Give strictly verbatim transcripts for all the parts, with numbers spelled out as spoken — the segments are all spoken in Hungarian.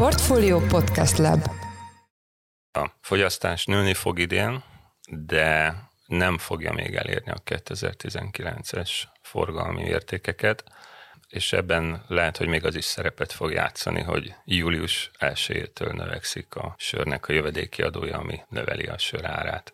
Portfolio Podcast Lab. A fogyasztás nőni fog idén, de nem fogja még elérni a kétezer-tizenkilences forgalmi értékeket, és ebben lehet, hogy még az is szerepet fog játszani, hogy július elsejétől növekszik a sörnek a jövedéki adója, ami növeli a sör árát.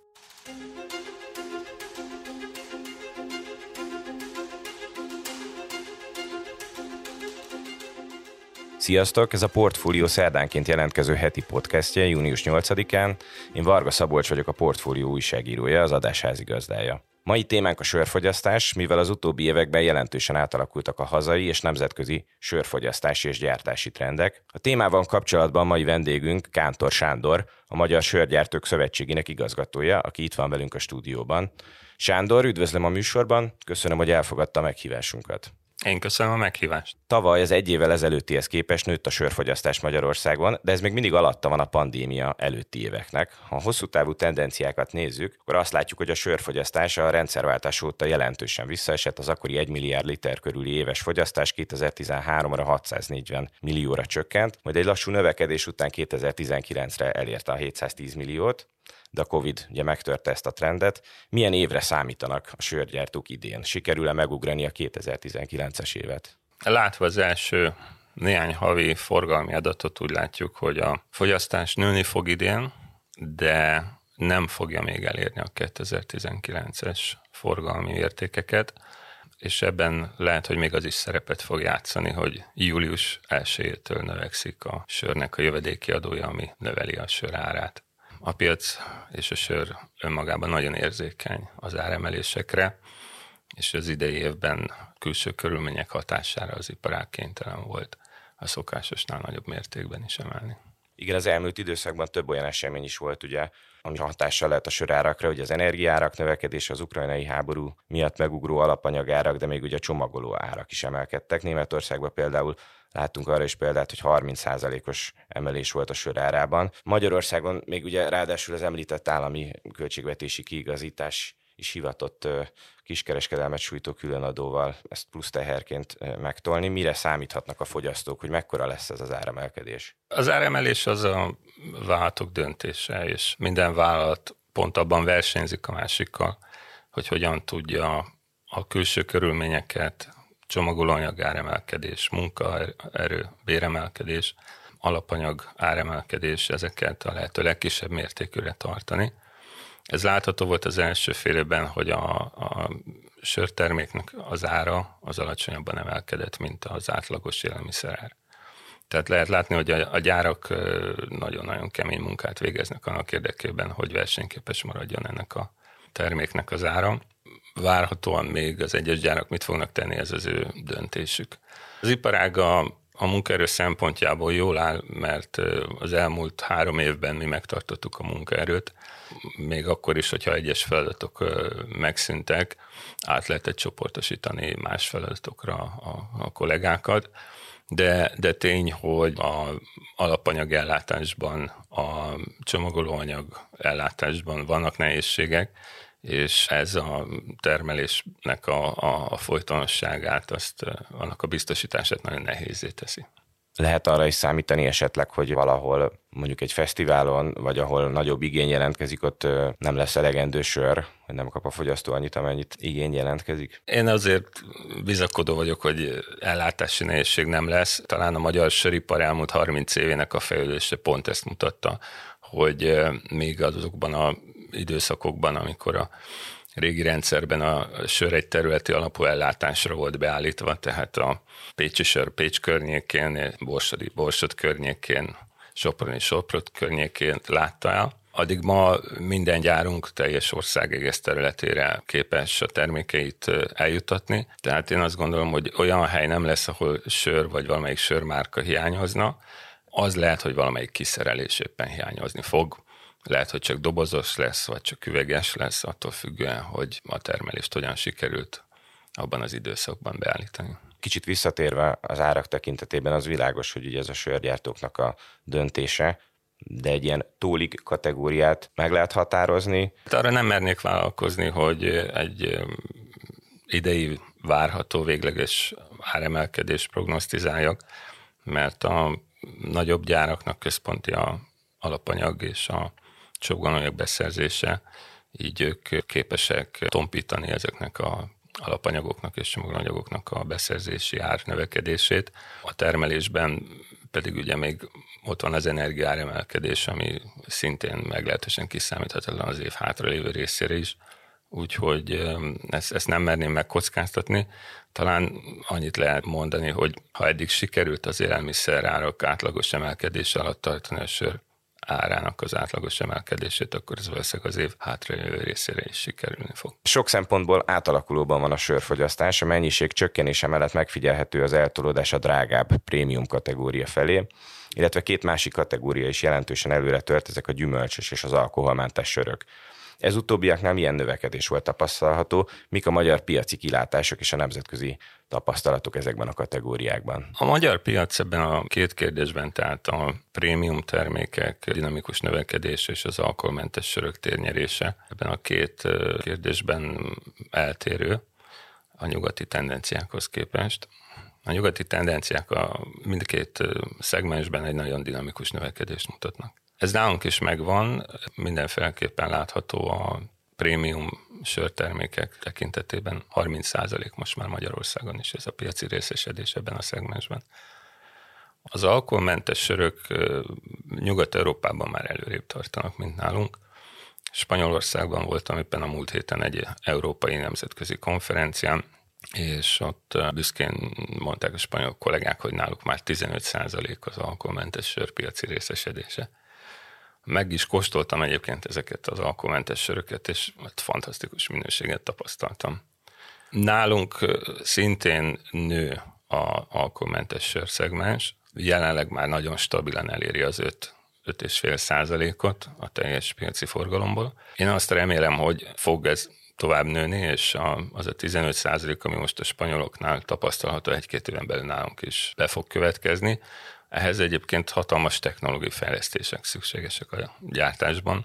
Sziasztok! Ez a Portfolio szerdánként jelentkező heti podcastje június nyolcadikán. Én Varga Szabolcs vagyok, a Portfolio újságírója, az adás házigazdája. Mai témánk a sörfogyasztás, mivel az utóbbi években jelentősen átalakultak a hazai és nemzetközi sörfogyasztási és gyártási trendek. A témával kapcsolatban mai vendégünk Kántor Sándor, a Magyar Sörgyártók Szövetségének igazgatója, aki itt van velünk a stúdióban. Sándor, üdvözlöm a műsorban, köszönöm, hogy elfogadta a meghívásunkat. Én köszönöm a meghívást. Tavaly az egy évvel ezelőttihez képest nőtt a sörfogyasztás Magyarországon, de ez még mindig alatta van a pandémia előtti éveknek. Ha a hosszú távú tendenciákat nézzük, akkor azt látjuk, hogy a sörfogyasztás a rendszerváltás óta jelentősen visszaesett, az akkori egy milliárd liter körüli éves fogyasztás kétezer-tizenháromra hatszáznegyven millióra csökkent, majd egy lassú növekedés után kétezer-tizenkilencre elérte a hétszáztíz milliót. De a Covid ugye megtörte ezt a trendet. Milyen évre számítanak a sörgyártók idén? Sikerül-e megugrani a kétezer-tizenkilences évet? Látva az első néhány havi forgalmi adatot úgy látjuk, hogy a fogyasztás nőni fog idén, de nem fogja még elérni a kétezer-tizenkilences forgalmi értékeket, és ebben lehet, hogy még az is szerepet fog játszani, hogy július elsejétől növekszik a sörnek a jövedéki adója, ami növeli a sör árát. A piac és a sör önmagában nagyon érzékeny az áremelésekre, és az idei évben külső körülmények hatására az iparág kénytelen volt a szokásosnál nagyobb mértékben is emelni. Igen, az elmúlt időszakban több olyan esemény is volt, ugye, ami hatással lehet a sörárakra, ugye az energiaárak növekedése, az ukrajnai háború miatt megugró alapanyagárak, de még ugye a csomagoló árak is emelkedtek. Németországban például láttunk arra is példát, hogy harminc százalékos emelés volt a sör árában. Magyarországon még ugye ráadásul az említett állami költségvetési kiigazítás is hivatott kiskereskedelmet sújtó különadóval ezt plusz teherként megtolni. Mire számíthatnak a fogyasztók, hogy mekkora lesz ez az áremelkedés? Az áremelés az a vállalatok döntése, és minden vállalat pont abban versenyzik a másikkal, hogy hogyan tudja a külső körülményeket, csomagolóanyag áremelkedés, munkaerő béremelkedés, alapanyag áremelkedés, ezeket a lehető legkisebb mértékűre tartani. Ez látható volt az első fél évben, hogy a, a sörterméknek az ára az alacsonyabban emelkedett, mint az átlagos élelmiszerár. Tehát lehet látni, hogy a, a gyárak nagyon-nagyon kemény munkát végeznek annak érdekében, hogy versenyképes maradjon ennek a terméknek az ára. Várhatóan még az egyes gyárak mit fognak tenni, ez az ő döntésük. Az iparág a, a munkaerő szempontjából jól áll, mert az elmúlt három évben mi megtartottuk a munkaerőt, még akkor is, hogyha egyes feladatok megszűntek, át lehetett csoportosítani más feladatokra a, a kollégákat, de, de tény, hogy az alapanyag ellátásban, a csomagolóanyag ellátásban vannak nehézségek, és ez a termelésnek a, a, a folytonosságát, azt, annak a biztosítását nagyon nehézzé teszi. Lehet arra is számítani esetleg, hogy valahol mondjuk egy fesztiválon, vagy ahol nagyobb igény jelentkezik, ott nem lesz elegendő sör, hogy nem kap a fogyasztó annyit, amennyit igény jelentkezik? Én azért bizakodó vagyok, hogy ellátási nehézség nem lesz. Talán a magyar söripar elmúlt harminc évének a fejlődése pont ezt mutatta, hogy még azokban a időszakokban, amikor a régi rendszerben a sör egy területi alapú ellátásra volt beállítva, tehát a pécsi sör Pécs környékén, Borsodi Borsod környékén, Soproni Soprot környékén látta el. Addig ma minden gyárunk teljes ország egész területére képes a termékeit eljutatni, tehát én azt gondolom, hogy olyan hely nem lesz, ahol sör vagy valamelyik sörmárka hiányozna, az lehet, hogy valamelyik kiszerelés éppen hiányozni fog. Lehet, hogy csak dobozos lesz, vagy csak üveges lesz, attól függően, hogy a termelést hogyan sikerült abban az időszakban beállítani. Kicsit visszatérve az árak tekintetében az világos, hogy ugye ez a sörgyártóknak a döntése, de egy ilyen tólig kategóriát meg lehet határozni. Arra nem mernék vállalkozni, hogy egy idei várható végleges áremelkedés prognosztizáljak, mert a nagyobb gyáraknak központi a alapanyag és a csomagolóanyag beszerzése, így ők képesek tompítani ezeknek a alapanyagoknak és csomagolóanyagoknak a beszerzési ár növekedését. A termelésben pedig ugye még ott van az energiaár emelkedés, ami szintén meglehetősen kiszámíthatatlan az év hátralévő részére is. Úgyhogy ezt, ezt nem merném megkockáztatni. Talán annyit lehet mondani, hogy ha eddig sikerült az élelmiszerárak átlagos emelkedése alatt tartani a sör árának az átlagos emelkedését, akkor ez valószínűleg az év hátralévő részére is sikerülni fog. Sok szempontból átalakulóban van a sörfogyasztás, a mennyiség csökkenése mellett megfigyelhető az eltolódás a drágább prémium kategória felé, illetve két másik kategória is jelentősen előre tört, ezek a gyümölcsös és az alkoholmentes sörök. Ez utóbbiaknál milyen növekedés volt tapasztalható, mik a magyar piaci kilátások és a nemzetközi tapasztalatok ezekben a kategóriákban? A magyar piac ebben a két kérdésben, tehát a prémium termékek dinamikus növekedése és az alkoholmentes sörök térnyerése, ebben a két kérdésben eltérő a nyugati tendenciákhoz képest. A nyugati tendenciák a mindkét szegmensben egy nagyon dinamikus növekedést mutatnak. Ez nálunk is megvan, mindenféleképpen látható a prémium sörtermékek tekintetében harminc százalék most már Magyarországon is ez a piaci részesedés ebben a szegmensben. Az alkoholmentes sörök Nyugat-Európában már előrébb tartanak, mint nálunk. Spanyolországban voltam éppen a múlt héten egy európai nemzetközi konferencián, és ott büszkén mondták a spanyol kollégák, hogy náluk már tizenöt százalék az alkoholmentes sörpiaci részesedése. Meg is kóstoltam egyébként ezeket az alkoholmentes söröket, és fantasztikus minőséget tapasztaltam. Nálunk szintén nő az alkoholmentes sörszegmens, jelenleg már nagyon stabilan eléri az öt egész öt százalékot a teljes piaci forgalomból. Én azt remélem, hogy fog ez tovább nőni, és az a tizenöt százalék, ami most a spanyoloknál tapasztalható, egy-két éven belül nálunk is be fog következni. Ehhez egyébként hatalmas technológiai fejlesztések szükségesek a gyártásban.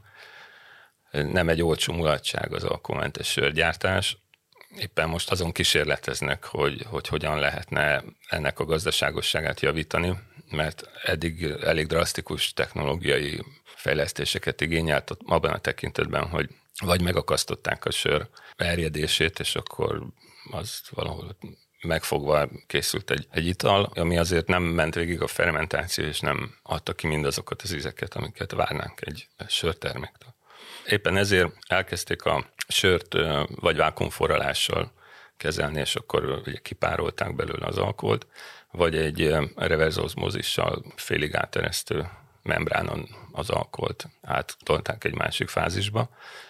Nem egy olcsó mulatság az alkoholmentes sörgyártás. Éppen most azon kísérleteznek, hogy, hogy hogyan lehetne ennek a gazdaságosságát javítani, mert eddig elég drasztikus technológiai fejlesztéseket igényelt abban a tekintetben, hogy vagy megakasztották a sör erjedését, és akkor az valahol megfogva készült egy, egy ital, ami azért nem ment végig a fermentáció, és nem adta ki mindazokat az ízeket, amiket várnánk egy sörterméktől. Éppen ezért elkezdték a sört vagy vákuumforralással kezelni, és akkor ugye kipárolták belőle az alkoholt, vagy egy reverse-oszmózissal félig áteresztő membránon az alkoholt áttolták egy másik fázisba.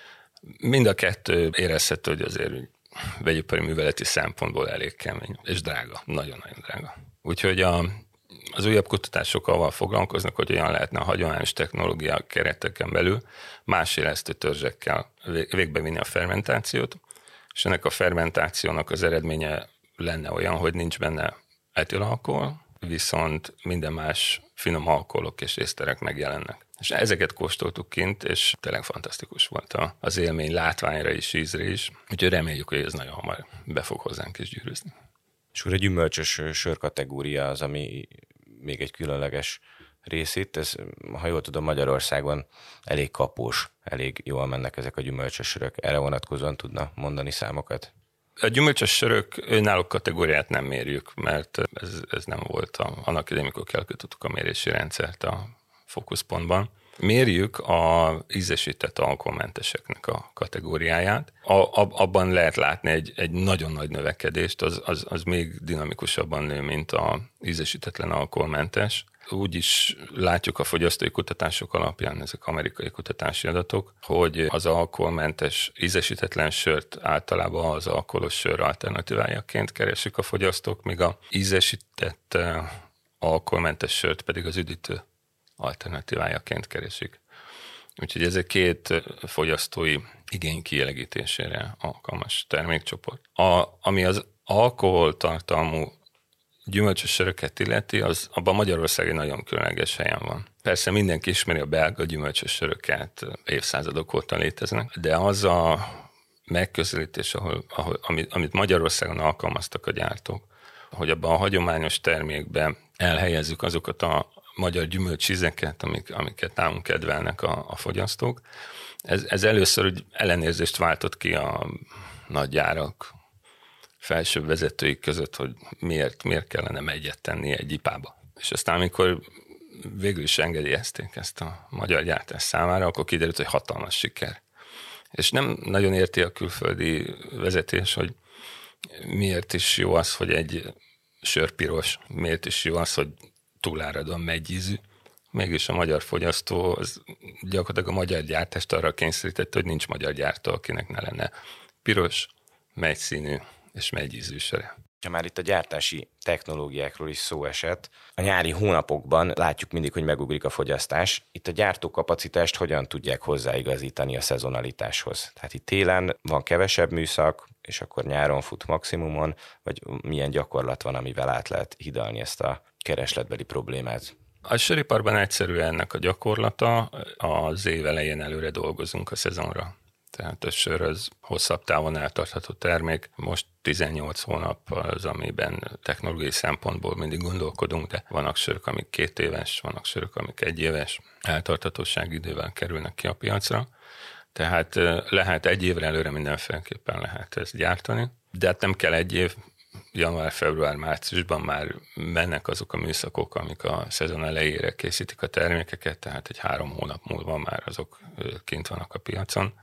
Mind a kettő érezhető, hogy azért vegyipari műveleti szempontból elég kemény, és drága, nagyon-nagyon drága. Úgyhogy a, az újabb kutatások avval foglalkoznak, hogy olyan lehetne a hagyományos technológia kereteken belül más élesztő törzsekkel végbevinni a fermentációt, és ennek a fermentációnak az eredménye lenne olyan, hogy nincs benne etilalkohol, viszont minden más finom alkoholok és észterek megjelennek. És ezeket kóstoltuk kint, és tényleg fantasztikus volt az élmény látványra is, ízre is. Úgyhogy reméljük, hogy ez nagyon hamar be fog hozzánk is gyűrűzni. És akkor a gyümölcsös sörkategória az, ami még egy különleges rész itt. Ez, ha jól tudom, Magyarországon elég kapós, elég jól mennek ezek a gyümölcsös sörök. Erre vonatkozóan tudna mondani számokat? A gyümölcsös sörök önálló kategóriát nem mérjük, mert ez, ez nem volt a, annak idején, amikor kialakítottuk a mérési rendszert a fókuszpontban. Mérjük a ízesített alkoholmenteseknek a kategóriáját. A, a, abban lehet látni egy, egy nagyon nagy növekedést, az, az, az még dinamikusabban nő, mint az ízesítetlen alkoholmentes. Úgy is látjuk a fogyasztói kutatások alapján, ezek amerikai kutatási adatok, hogy az alkoholmentes ízesítetlen sört általában az alkoholos sör alternatívájaként keresik a fogyasztók, míg a ízesített alkoholmentes sört pedig az üdítő alternatívájaként keresik. Úgyhogy ez egy két fogyasztói igény kielegítésére alkalmas termékcsoport. A, ami az alkoholtartalmú gyümölcsös söröket illeti, az abban Magyarország egy nagyon különleges helyen van. Persze mindenki ismeri a belga gyümölcsös söröket, évszázadok óta léteznek, de az a megközelítés, ahol, ahol, amit, amit Magyarországon alkalmaztak a gyártók, hogy abban a hagyományos termékben elhelyezzük azokat a magyar gyümölcsízeket, amik, amiket nálunk kedvelnek a, a fogyasztók. Ez, ez először úgy ellenérzést váltott ki a nagy gyárak felsőbb vezetőik között, hogy miért, miért kellene megyet tenni egy ipába. És aztán, amikor végül is engedélyezték ezt a magyar gyártás számára, akkor kiderült, hogy hatalmas siker. És nem nagyon érti a külföldi vezetés, hogy miért is jó az, hogy egy sörpiros, miért is jó az, hogy túláradon meggyízű. Mégis a magyar fogyasztó az gyakorlatilag a magyar gyártást arra kényszerítette, hogy nincs magyar gyártó, akinek ne lenne piros, megyszínű és meggyízű sere. Ha már itt a gyártási technológiákról is szó esett, a nyári hónapokban látjuk mindig, hogy megugrik a fogyasztás. Itt a gyártókapacitást hogyan tudják hozzáigazítani a szezonalitáshoz? Tehát itt télen van kevesebb műszak, és akkor nyáron fut maximumon, vagy milyen gyakorlat van, amivel át lehet hidalni ezt a keresletbeli problémát? A söriparban egyszerű ennek a gyakorlata, az év elején előre dolgozunk a szezonra. Tehát a sör az hosszabb távon eltartható termék. Most tizennyolc hónap az, amiben technológiai szempontból mindig gondolkodunk, de vannak sörök, amik két éves, vannak sörök, amik egy éves eltarthatósági idővel kerülnek ki a piacra. Tehát lehet egy évre előre mindenféleképpen lehet ezt gyártani, de hát nem kell egy év, január, február, márciusban már mennek azok a műszakok, amik a szezon elejére készítik a termékeket, tehát egy három hónap múlva már azok kint vannak a piacon,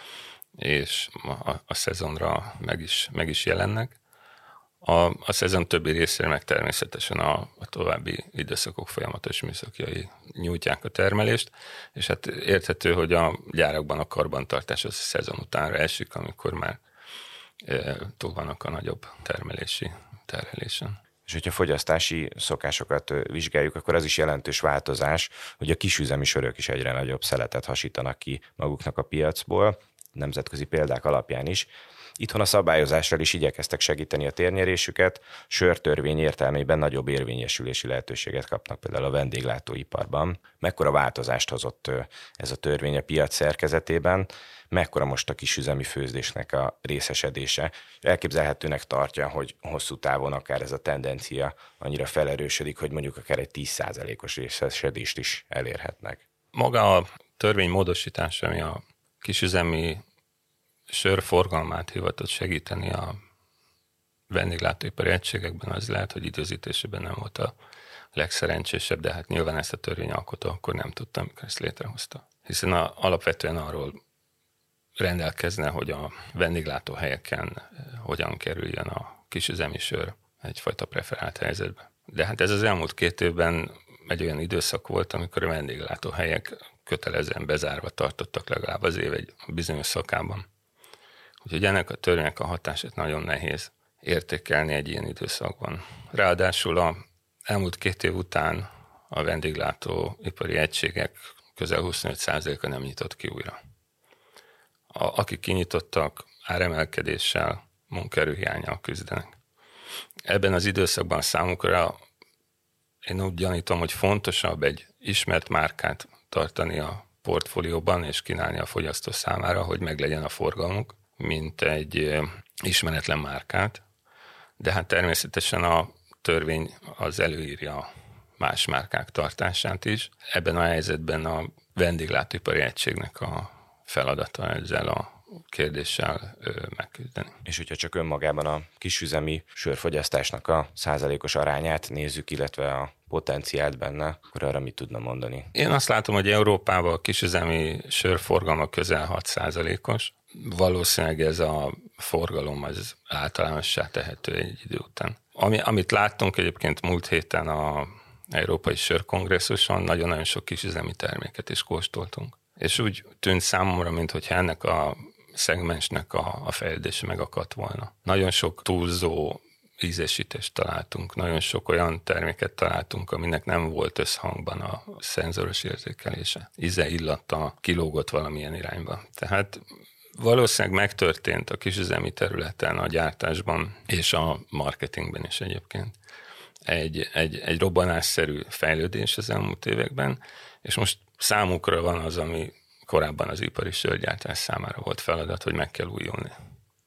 és a, a szezonra meg is, meg is jelennek. A, a szezon többi részére meg természetesen a, a további időszakok folyamatos műszakjai nyújtják a termelést, és hát érthető, hogy a gyárakban a karbantartás az a szezon utánra esik, amikor már e, túl vannak a nagyobb termelési terhelésen. És hogyha fogyasztási szokásokat vizsgáljuk, akkor az is jelentős változás, hogy a kisüzemi sörök is egyre nagyobb szeletet hasítanak ki maguknak a piacból, nemzetközi példák alapján is. Itthon a szabályozással is igyekeztek segíteni a térnyerésüket, sörtörvény értelmében nagyobb érvényesülési lehetőséget kapnak például a vendéglátóiparban. Mekkora változást hozott ez a törvény a piac szerkezetében, mekkora most a kisüzemi főzdésnek a részesedése. Elképzelhetőnek tartja, hogy hosszú távon akár ez a tendencia annyira felerősödik, hogy mondjuk akár egy tíz százalékos részesedést is elérhetnek. Maga a törvény módosítása, ami a kisüzemi sörforgalmát hivatott segíteni a vendéglátóipari egységekben, az lehet, hogy időzítésében nem volt a legszerencsésebb, de hát nyilván ezt a törvényalkotó akkor nem tudta, amikor ezt létrehozta. Hiszen a, alapvetően arról rendelkezne, hogy a vendéglátóhelyeken hogyan kerüljön a kisüzemi sör egyfajta preferált helyzetbe. De hát ez az elmúlt két évben egy olyan időszak volt, amikor a vendéglátóhelyek kötelezően bezárva tartottak legalább az év egy bizonyos szakában. Úgyhogy ennek a törvénynek a hatását nagyon nehéz értékelni egy ilyen időszakban. Ráadásul az elmúlt két év után a vendéglátóipari egységek közel huszonöt százaléka nem nyitott ki újra. A, akik kinyitottak, áremelkedéssel, munkaerőhiánnyal küzdenek. Ebben az időszakban számukra én úgy gyanítom, hogy fontosabb egy ismert márkát tartani a portfólióban és kínálni a fogyasztó számára, hogy meglegyen a forgalmuk, mint egy ismeretlen márkát. De hát természetesen a törvény az előírja más márkák tartását is. Ebben a helyzetben a vendéglátóipari egységnek a feladata ezzel a kérdéssel megküzdeni. És hogyha csak önmagában a kisüzemi sörfogyasztásnak a százalékos arányát nézzük, illetve a potenciált benne, akkor arra mit tudna mondani? Én azt látom, hogy Európában a kisüzemi sörforgalma közel hat százalékos. Valószínűleg ez a forgalom az általánossá tehető egy idő után. Ami, amit láttunk egyébként múlt héten a Európai Sörkongresszuson, nagyon-nagyon sok kisüzemi terméket is kóstoltunk. És úgy tűnt számomra, mintha ennek a szegmensnek a, a fejlődése megakadt volna. Nagyon sok túlzó ízesítést találtunk, nagyon sok olyan terméket találtunk, aminek nem volt összhangban a szenzoros érzékelése. Íze, illata kilógott valamilyen irányba. Tehát valószínűleg megtörtént a kisüzemi területen, a gyártásban és a marketingben is egyébként egy, egy, egy robbanásszerű fejlődés az elmúlt években, és most számukra van az, ami korábban az ipari sörgyártás számára volt feladat, hogy meg kell újulni.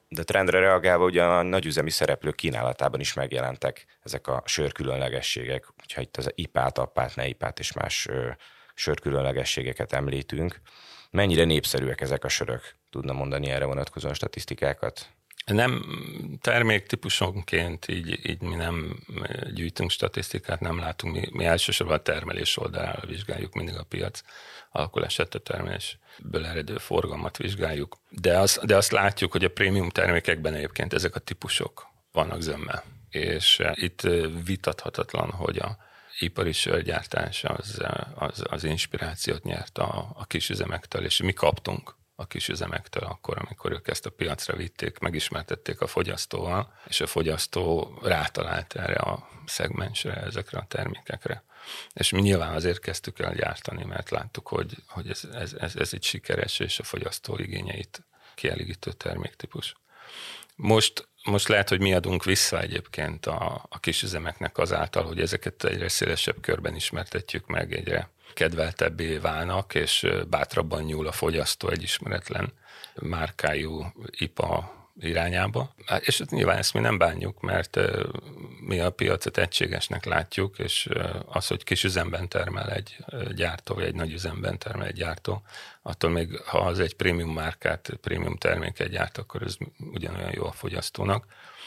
De trendre reagálva ugye a nagyüzemi szereplők kínálatában is megjelentek ezek a sörkülönlegességek, hogyha itt az ipát, appát, neipát és más ö, sörkülönlegességeket említünk. Mennyire népszerűek ezek a sörök? Tudna mondani erre vonatkozóan statisztikákat? Nem terméktípusonként így, így mi nem gyűjtünk statisztikát, nem látunk, mi, mi elsősorban a termelés oldalára vizsgáljuk mindig a piac alakulását, a termelésből eredő forgalmat vizsgáljuk. De, az, de azt látjuk, hogy a prémium termékekben egyébként ezek a típusok vannak zömmel. És itt vitathatatlan, hogy a ipari sörgyártás az, az, az inspirációt nyert a, a kisüzemektől, és mi kaptunk a kisüzemektől akkor, amikor ők ezt a piacra vitték, megismertették a fogyasztóval, és a fogyasztó rátalált erre a szegmensre, ezekre a termékekre. És mi nyilván azért kezdtük el gyártani, mert láttuk, hogy, hogy ez, ez, ez, ez egy sikeres és a fogyasztó igényeit kielégítő terméktípus. Most, most lehet, hogy mi adunk vissza egyébként a, a kisüzemeknek azáltal, hogy ezeket egyre szélesebb körben ismertetjük meg, egyre kedveltebbé válnak, és bátrabban nyúl a fogyasztó egy ismeretlen márkájú ipa irányába. És nyilván ezt mi nem bánjuk, mert mi a piacot egységesnek látjuk, és az, hogy kis üzemben termel egy gyártó, vagy egy nagy üzemben termel egy gyártó, attól még, ha az egy prémium márkát, prémium terméket gyárt, akkor ez ugyanolyan jó a fogyasztónak.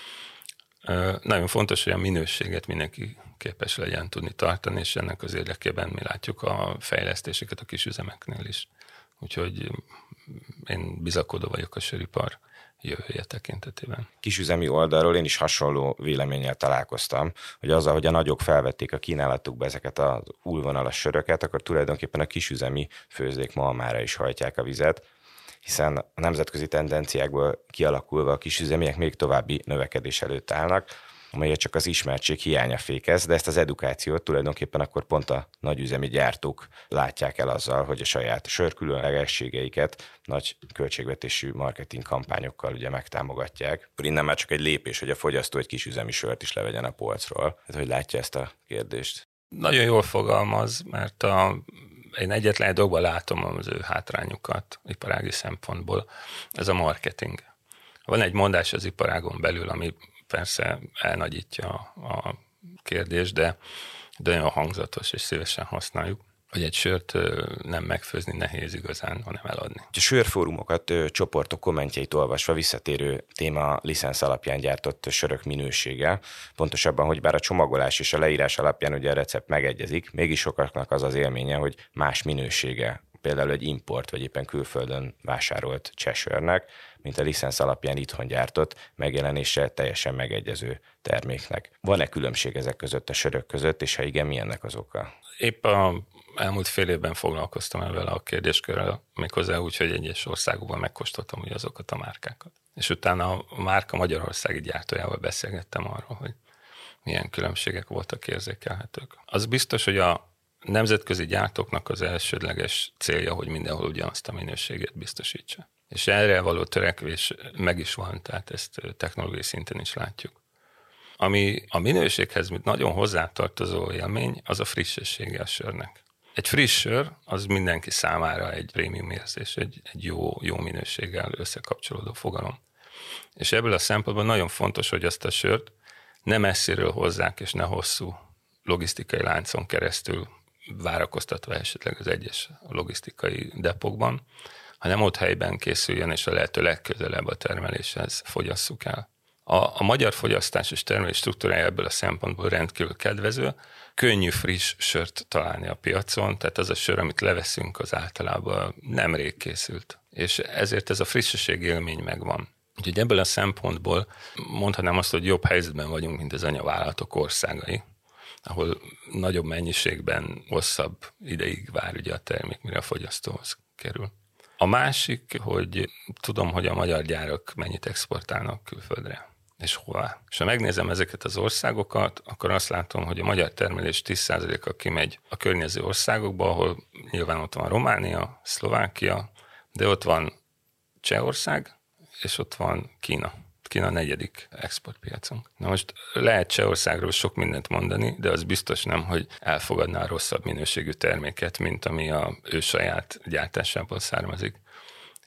Nagyon fontos, hogy a minőséget mindenki képes legyen tudni tartani, és ennek az érdekében mi látjuk a fejlesztéseket a kisüzemeknél is. Úgyhogy én bizakodó vagyok a söripar jövője tekintetében. Kisüzemi oldalról én is hasonló véleménnyel találkoztam, hogy azzal, hogy a nagyok felvették a kínálatukba ezeket az újvonalas söröket, akkor tulajdonképpen a kisüzemi főzdék malmára is hajtják a vizet, hiszen a nemzetközi tendenciákból kialakulva a kisüzemiek még további növekedés előtt állnak, amelyet csak az ismertség hiánya fékez, de ezt az edukációt tulajdonképpen akkor pont a nagyüzemi gyártók látják el azzal, hogy a saját sörkülönlegességeiket nagy költségvetésű marketing kampányokkal ugye megtámogatják. Innen már csak egy lépés, hogy a fogyasztó egy kisüzemi sört is levegyen a polcról. Hát, hogy látja ezt a kérdést? Nagyon jól fogalmaz, mert a én egyetlen egy dolgban látom az ő hátrányukat iparági szempontból, ez a marketing. Van egy mondás az iparágon belül, ami persze elnagyítja a kérdést, de, de nagyon hangzatos, és szívesen használjuk, hogy egy sört nem megfőzni nehéz igazán, hanem eladni. A sörfórumokat, csoportok kommentjeit olvasva visszatérő téma licensz alapján gyártott sörök minősége. Pontosabban, hogy bár a csomagolás és a leírás alapján ugye a recept megegyezik, mégis sokaknak az az élménye, hogy más minősége, például egy import vagy éppen külföldön vásárolt csesörnek, mint a licensz alapján itthon gyártott, megjelenése teljesen megegyező terméknek. Van-e különbség ezek között a sörök között, és ha igen, mi ennek az oka? Épp a elmúlt fél évben foglalkoztam ezzel a kérdéskörrel, méghozzá úgy, hogy egyes országokban megkóstoltam ugye azokat a márkákat. És utána a márka magyarországi gyártójával beszélgettem arról, hogy milyen különbségek voltak érzékelhetők. Az biztos, hogy a nemzetközi gyártóknak az elsődleges célja, hogy mindenhol ugyanazt a minőséget biztosítsa. És erre való törekvés meg is van, tehát ezt technológiai szinten is látjuk. Ami a minőséghez nagyon hozzátartozó élmény, az a frissessége a sörnek. Egy friss sör, az mindenki számára egy prémium érzés, egy, egy jó, jó minőséggel összekapcsolódó fogalom. És ebből a szempontból nagyon fontos, hogy azt a sört ne messziről hozzák, és ne hosszú logisztikai láncon keresztül várakoztatva esetleg az egyes logisztikai depókban, hanem ott helyben készüljön, és a lehető legközelebb a termeléshez fogyasszuk el. A, a magyar fogyasztás és termelés struktúrája ebből a szempontból rendkívül kedvező, könnyű friss sört találni a piacon, tehát az a sör, amit leveszünk, az általában nemrég készült. És ezért ez a frissesség élmény megvan. Úgyhogy ebből a szempontból mondhatnám azt, hogy jobb helyzetben vagyunk, mint az anyavállalatok országai, ahol nagyobb mennyiségben hosszabb ideig vár ugye a termék, mire a fogyasztóhoz kerül. A másik, hogy tudom, hogy a magyar gyárak mennyit exportálnak külföldre, és hová. És ha megnézem ezeket az országokat, akkor azt látom, hogy a magyar termelés tíz százaléka kimegy a környező országokba, ahol nyilván ott van Románia, Szlovákia, de ott van Csehország, és ott van Kína. Kína a negyedik exportpiacunk. Na most lehet Csehországról sok mindent mondani, de az biztos nem, hogy elfogadná a rosszabb minőségű terméket, mint ami a ő saját gyártásából származik.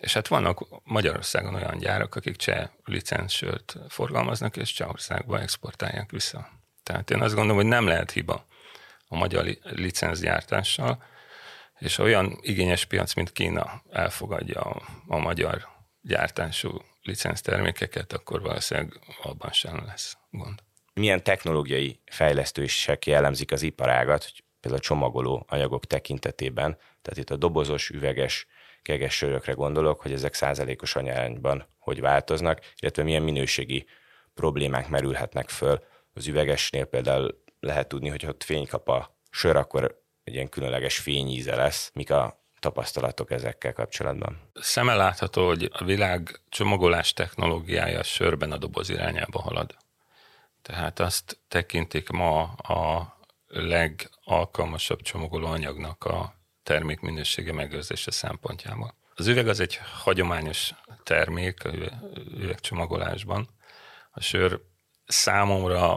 És hát vannak Magyarországon olyan gyárak, akik cseh licenszsört forgalmaznak, és Csehországba exportálják vissza. Tehát én azt gondolom, hogy nem lehet hiba a magyar licenszgyártással, és olyan igényes piac, mint Kína elfogadja a, a magyar gyártású licenctermékeket, akkor valószínűleg abban sem lesz gond. Milyen technológiai fejlesztések jellemzik az iparágat, hogy például a csomagoló anyagok tekintetében, tehát itt a dobozos, üveges, keges sörökre gondolok, hogy ezek százalékos arányban hogy változnak, illetve milyen minőségi problémák merülhetnek föl. Az üvegesnél például lehet tudni, hogy ha ott fény kap a sör, akkor egy ilyen különleges fényíze lesz. Mik a tapasztalatok ezekkel kapcsolatban? Szemmel látható, hogy a világ csomagolás technológiája sörben a doboz irányába halad. Tehát azt tekintik ma a legalkalmasabb csomagolóanyagnak a termék minősége megőrzése szempontjából. Az üveg az egy hagyományos termék a üvegcsomagolásban. A sör számomra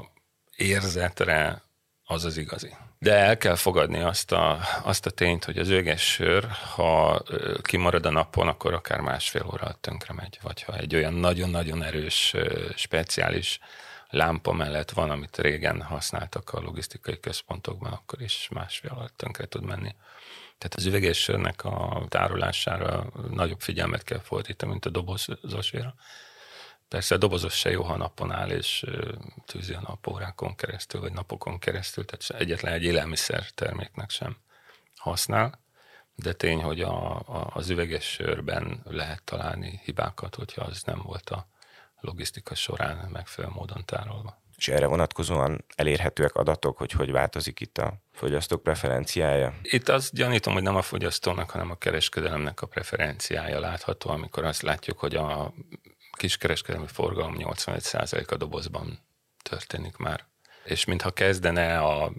érzetre az az igazi. De el kell fogadni azt a, azt a tényt, hogy az üveges sör, ha kimarad a napon, akkor akár másfél óra alatt tönkre megy. Vagy ha egy olyan nagyon-nagyon erős, speciális lámpa mellett van, amit régen használtak a logisztikai központokban, akkor is másfél alatt tönkre tud menni. Tehát az üveges sörnek a tárolására nagyobb figyelmet kell fordítani, mint a dobozosra. Persze a dobozos se jó, ha napon áll, és tűzi a nap órákon keresztül, vagy napokon keresztül, tehát egyetlen egy élelmiszer terméknek sem használ, de tény, hogy a, a, az üveges sörben lehet találni hibákat, hogyha az nem volt a logisztika során megfelelő módon tárolva. És erre vonatkozóan elérhetőek adatok, hogy hogy változik itt a fogyasztók preferenciája? Itt azt gyanítom, hogy nem a fogyasztónak, hanem a kereskedelemnek a preferenciája látható, amikor azt látjuk, hogy a kiskereskedelmi forgalom nyolcvanöt százalék a dobozban történik már. És mintha kezdene a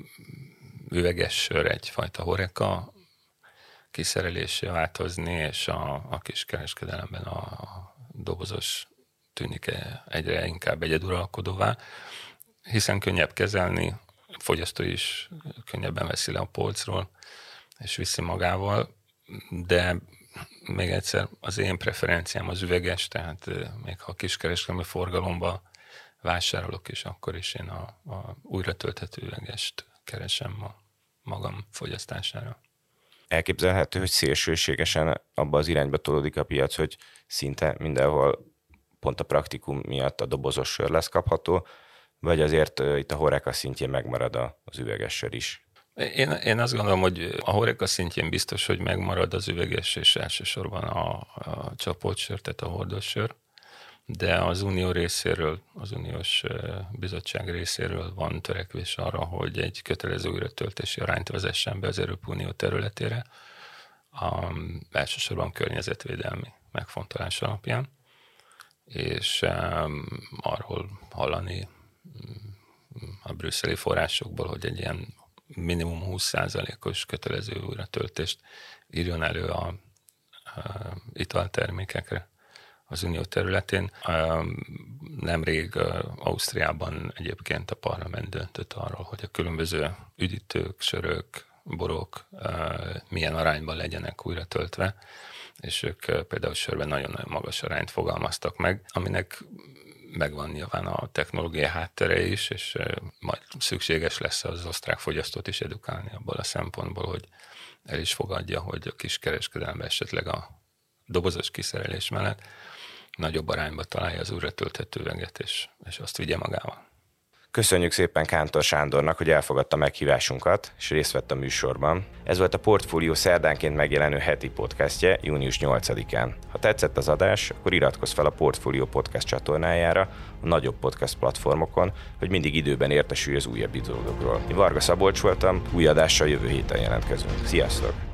üveges sör egyfajta horeka kiszerelésé változni, és a, a kiskereskedelemben a dobozos tűnik egyre inkább egyeduralkodóvá, hiszen könnyebb kezelni, a fogyasztó is könnyebben veszi le a polcról, és viszi magával, de még egyszer az én preferenciám az üveges, tehát még ha kiskereskedelmi forgalomba vásárolok is, akkor is én a, a újra tölthető üvegest keresem a magam fogyasztására. Elképzelhető, hogy szélsőségesen abba az irányba tolódik a piac, hogy szinte mindenhol pont a praktikum miatt a dobozos sör lesz kapható, vagy azért itt a horeca szintjén megmarad az üveges sör is? Én, én azt gondolom, hogy a horeca szintjén biztos, hogy megmarad az üveges, és elsősorban a, a csapolt sör, tehát a hordós sör, de az unió részéről, az uniós bizottság részéről van törekvés arra, hogy egy kötelező újratöltési arányt vezessen be az Európai Unió területére, a, elsősorban környezetvédelmi megfontolás alapján, és um, arról hallani a brüsszeli forrásokból, hogy egy ilyen minimum húsz százalékos kötelező újratöltést írjon elő a, a italtermékekre az unió területén. Nemrég Ausztriában egyébként a parlament döntött arról, hogy a különböző üdítők, sörök, borok milyen arányban legyenek újra töltve, és ők például sörben nagyon-nagyon magas arányt fogalmaztak meg, aminek megvan nyilván a technológia háttere is, és majd szükséges lesz az osztrák fogyasztót is edukálni abból a szempontból, hogy el is fogadja, hogy a kiskereskedelemben esetleg a dobozos kiszerelés mellett nagyobb arányba találja az újra tölthető üveget, és, és azt vigye magával. Köszönjük szépen Kántor Sándornak, hogy elfogadta meghívásunkat, és részt vett a műsorban. Ez volt a Portfólió szerdánként megjelenő heti podcastje június nyolcadikán. Ha tetszett az adás, akkor iratkozz fel a Portfólió podcast csatornájára a nagyobb podcast platformokon, hogy mindig időben értesülj az újabb epizódokról. Én Varga Szabolcs voltam, új adással jövő héten jelentkezünk. Sziasztok!